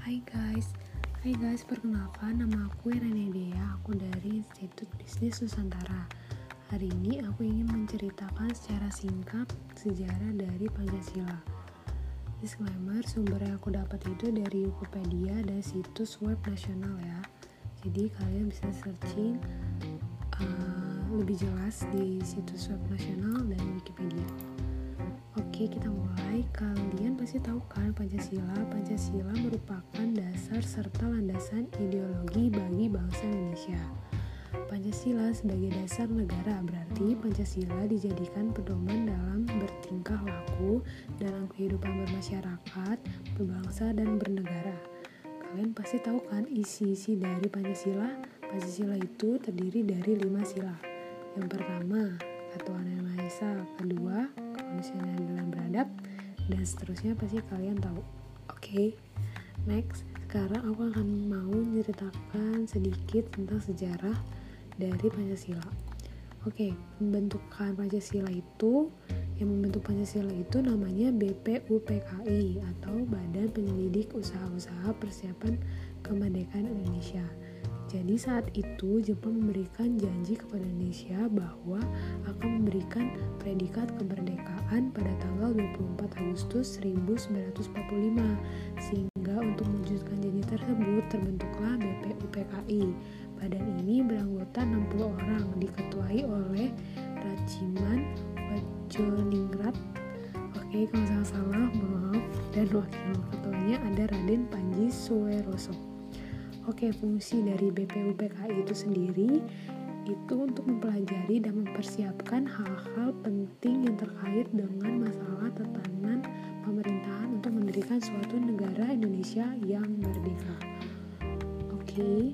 Hai guys, perkenalkan nama aku Irene Dea, aku dari Institut Bisnis Nusantara. Hari ini aku ingin menceritakan secara singkat sejarah dari Pancasila. Disclaimer, sumber yang aku dapat itu dari Wikipedia dan situs web nasional ya. Jadi kalian bisa searching lebih jelas di situs web nasional dan Wikipedia. Oke, kita mulai. Kalian pasti tahu kan Pancasila. Pancasila merupakan dasar serta landasan ideologi bagi bangsa Indonesia. Pancasila sebagai dasar negara, berarti Pancasila dijadikan pedoman dalam bertingkah laku dalam kehidupan bermasyarakat, berbangsa, dan bernegara. Kalian pasti tahu kan isi-isi dari Pancasila? Pancasila itu terdiri dari 5 sila. Yang pertama, Ketuhanan Yang Maha Esa. Kedua, kemanusiaan yang adil dan beradab, dan seterusnya pasti kalian tahu. Oke, next. Sekarang aku akan mau menceritakan sedikit tentang sejarah dari Pancasila. Oke, pembentukan Pancasila itu, yang membentuk Pancasila itu namanya BPUPKI atau Badan Penyelidik Usaha-Usaha Persiapan Kemerdekaan Indonesia. Jadi saat itu Jepang memberikan janji kepada Indonesia bahwa akan memberikan predikat kemerdekaan pada tanggal 24 Agustus 1945. Sehingga untuk mewujudkan janji tersebut terbentuklah BPUPKI. Badan ini beranggota 60 orang, diketuai oleh Rajiman Wadjoningrat. Oke, kalau salah maaf. Dan wakil ketuanya ada Raden Panji Sueroso. Oke, fungsi dari BPUPKI itu sendiri itu untuk mempelajari dan mempersiapkan hal-hal penting yang terkait dengan masalah tatanan pemerintahan untuk mendirikan suatu negara Indonesia yang merdeka. Oke,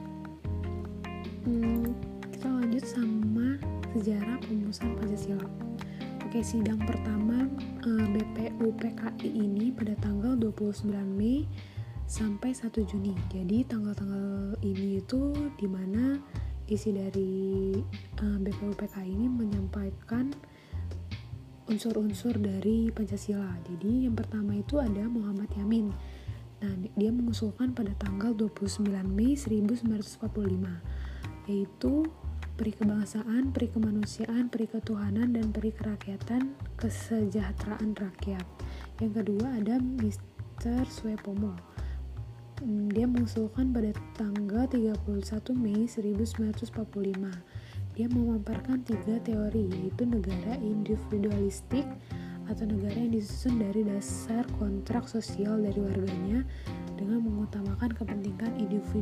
kita lanjut sama sejarah perumusan Pancasila. Oke, sidang pertama BPUPKI ini pada tanggal 29 Mei sampai 1 Juni. Jadi tanggal-tanggal ini itu dimana isi dari BPUPKI ini menyampaikan unsur-unsur dari Pancasila. Jadi yang pertama itu ada Muhammad Yamin. Nah, dia mengusulkan pada tanggal 29 Mei 1945, yaitu peri kebangsaan, peri kemanusiaan, peri ketuhanan, dan peri kerakyatan, kesejahteraan rakyat. Yang kedua ada Mr. Suepomo. Dia mengusulkan pada tanggal 31 Mei 1945. Dia memaparkan 3 teori, yaitu negara individualistik atau negara yang disusun dari dasar kontrak sosial dari warganya dengan mengutamakan kepentingan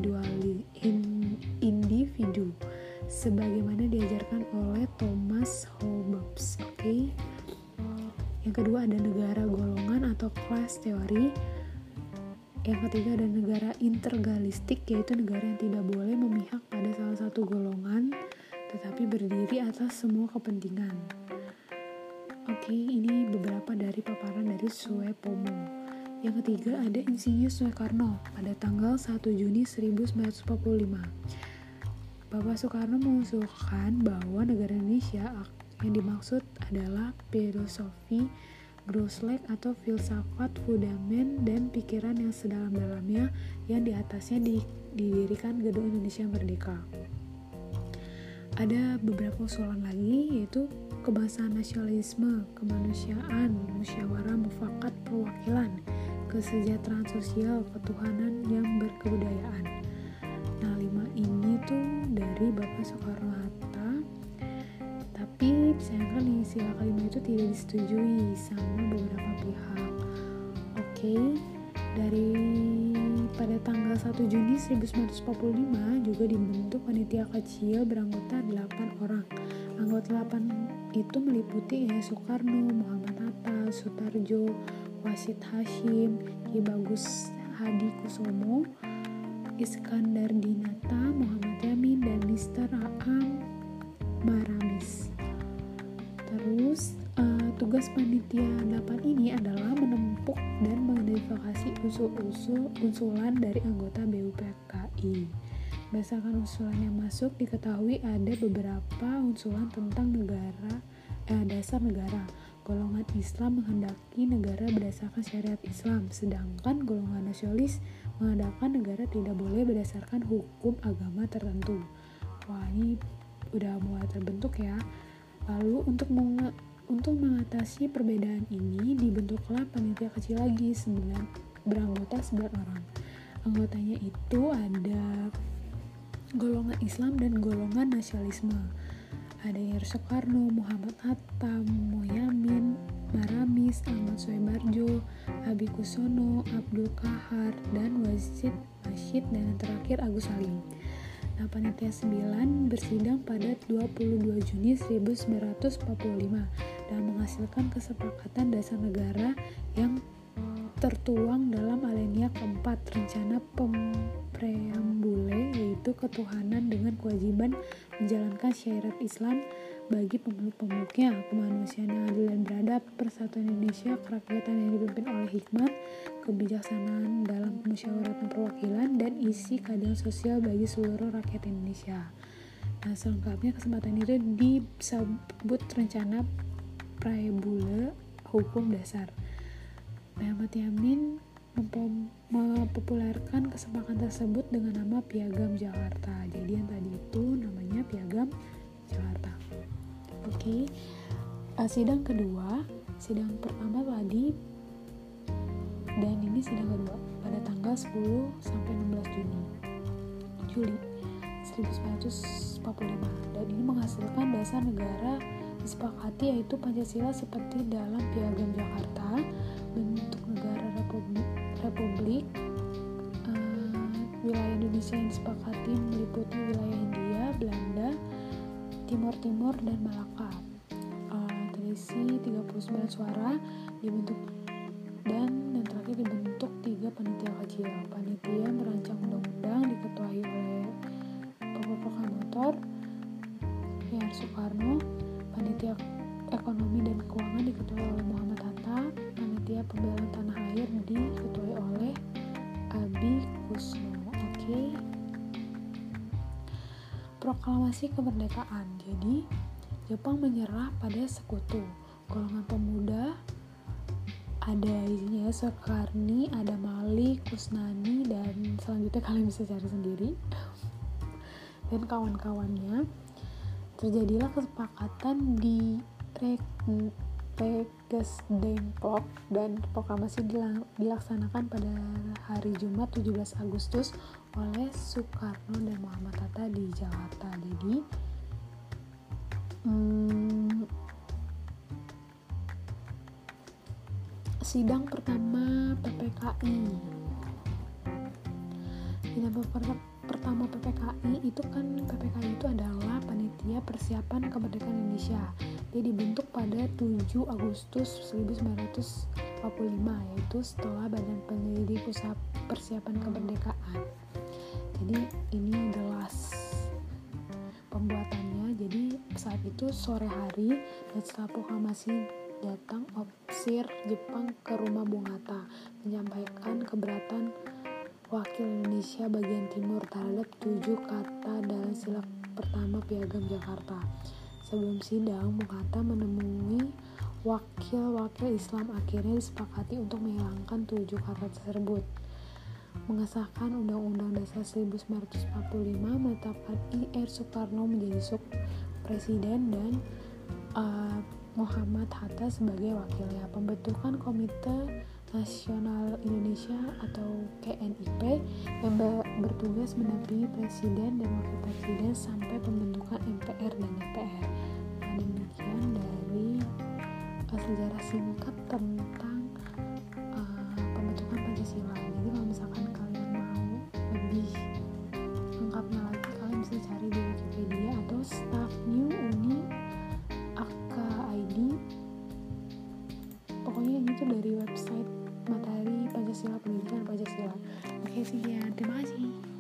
individu sebagaimana diajarkan oleh Thomas Hobbes. Oke. Yang kedua ada negara golongan atau class teori. Yang ketiga ada negara integralistik, yaitu negara yang tidak boleh memihak pada salah satu golongan tetapi berdiri atas semua kepentingan. Oke, ini beberapa dari paparan dari Suepomo. Yang ketiga ada Insinyur Soekarno pada tanggal 1 Juni 1945. Bapak Soekarno mengusulkan bahwa negara Indonesia yang dimaksud adalah filosofi Groslek atau filsafat fundament dan pikiran yang sedalam-dalamnya yang di atasnya didirikan Gedung Indonesia Merdeka. Ada beberapa usulan lagi, yaitu kebangsaan, nasionalisme, kemanusiaan, musyawarah mufakat perwakilan, kesejahteraan sosial, ketuhanan yang berkebudayaan. Nah, 5 ini tuh dari Bapak Soekarno-Hatta. Tapi disayangkan nih sila kelima itu tidak disetujui sama beberapa pihak. Oke, dari pada tanggal 1 Juni 1945 juga dibentuk panitia kecil beranggota 8 orang. Anggota 8 itu meliputi Soekarno, Muhammad Hatta, Sutarjo, Wasid Hashim, Ki Bagus Hadi Kusumo, Iskandar Dinata, Muhammad Yamin, dan Mr. Aam Maramis. Terus tugas panitia 8 ini adalah menempuk dan mengidentifikasi usulan dari anggota BPUPKI. Berdasarkan usulan yang masuk, diketahui ada beberapa usulan tentang dasar negara, golongan Islam menghendaki negara berdasarkan syariat Islam, sedangkan golongan nasionalis mengatakan negara tidak boleh berdasarkan hukum agama tertentu. Wah, ini udah mulai terbentuk ya. Lalu untuk mengatasi perbedaan ini dibentuklah panitia kecil lagi beranggota 9 orang. Anggotanya itu ada golongan Islam dan golongan nasionalisme. Ada Yer Soekarno, Muhammad Hatta, Mohyamin, Maramis, Ahmad Soebarjo, Abi Kusono, Abdul Kahar, dan Wazid Rashid, dan yang terakhir Agus Salim. Nah, panitia 9 bersidang pada 22 Juni 1945 dan menghasilkan kesepakatan dasar negara yang tertuang dalam alinea keempat rencana preambule, yaitu ketuhanan dengan kewajiban menjalankan syariat Islam bagi pemeluk-pemeluknya, kemanusiaan yang adil dan beradab, persatuan Indonesia, kerakyatan yang dipimpin oleh hikmat, kebijaksanaan dalam musyawaratan perwakilan, dan isi keadilan sosial bagi seluruh rakyat Indonesia. Nah, selengkapnya kesempatan itu disebut rencana preambule hukum dasar. Muhammad Yamin mempopulerkan kesepakatan tersebut dengan nama Piagam Jakarta. Jadi yang tadi itu namanya Piagam Jakarta. Oke. Sidang kedua, sidang pertama tadi, dan ini sidang kedua pada tanggal 10 sampai 16 Juli 1945, dan ini menghasilkan dasar negara disepakati, yaitu Pancasila seperti dalam Piagam Jakarta. Bentuk negara republik wilayah Indonesia yang disepakati meliputi wilayah Hindia, Belanda, Timur dan Malaka. Terisi 39 suara dibentuk, dan yang terakhir dibentuk 3 panitia kecil. Panitia merancang undang-undang diketuai oleh Bapak Proklamator Yer Soekarno. Panitia ekonomi dan keuangan diketuai oleh Muhammad Hatta. Panitia pembelaan tanah air diketuai oleh Abi Kusno. Oke. Proklamasi kemerdekaan. Jadi Jepang menyerah pada sekutu. Golongan pemuda ada isinya Soekarni, ada Malik, Kusnani, dan selanjutnya kalian bisa cari sendiri, dan kawan-kawannya. Terjadilah kesepakatan di Regesdengklok, dan proklamasi dilaksanakan pada hari Jumat 17 Agustus oleh Soekarno dan Muhammad Hatta di Jakarta. Jadi sidang pertama PPKI. Sidang pertama PPKI itu adalah panitia persiapan kemerdekaan Indonesia. Dia dibentuk pada 7 Agustus 1945, yaitu setelah Badan Penyelidik Usaha Persiapan Kemerdekaan. Jadi ini the last pembuatannya. Jadi saat itu sore hari, dan setelah proklamasi datang ofisir Jepang ke rumah Bung Hatta menyampaikan keberatan wakil Indonesia bagian timur terhadap 7 kata dalam sila pertama Piagam Jakarta. Sebelum sidang, Bung Hatta menemui wakil-wakil Islam. Akhirnya disepakati untuk menghilangkan 7 kata tersebut. Mengesahkan Undang-Undang Dasar 1945, menetapkan Ir Soekarno menjadi presiden dan Muhammad Hatta sebagai wakilnya. Pembentukan Komite Nasional Indonesia atau KNIP yang bertugas mendampingi presiden dan wakil presiden sampai pembentukan MPR dan DPR. Nah, demikian dari sejarah singkat tentang pembentukan Pancasila. Jadi kalau misalkan kalian mau lebih lengkapnya lagi, kalian bisa cari di Wikipedia atau Staff New Uni AK-ID. Pokoknya ini tuh dari website Matahari Pancasila, Pendidikan Pancasila. Oke, sekian. Terima kasih.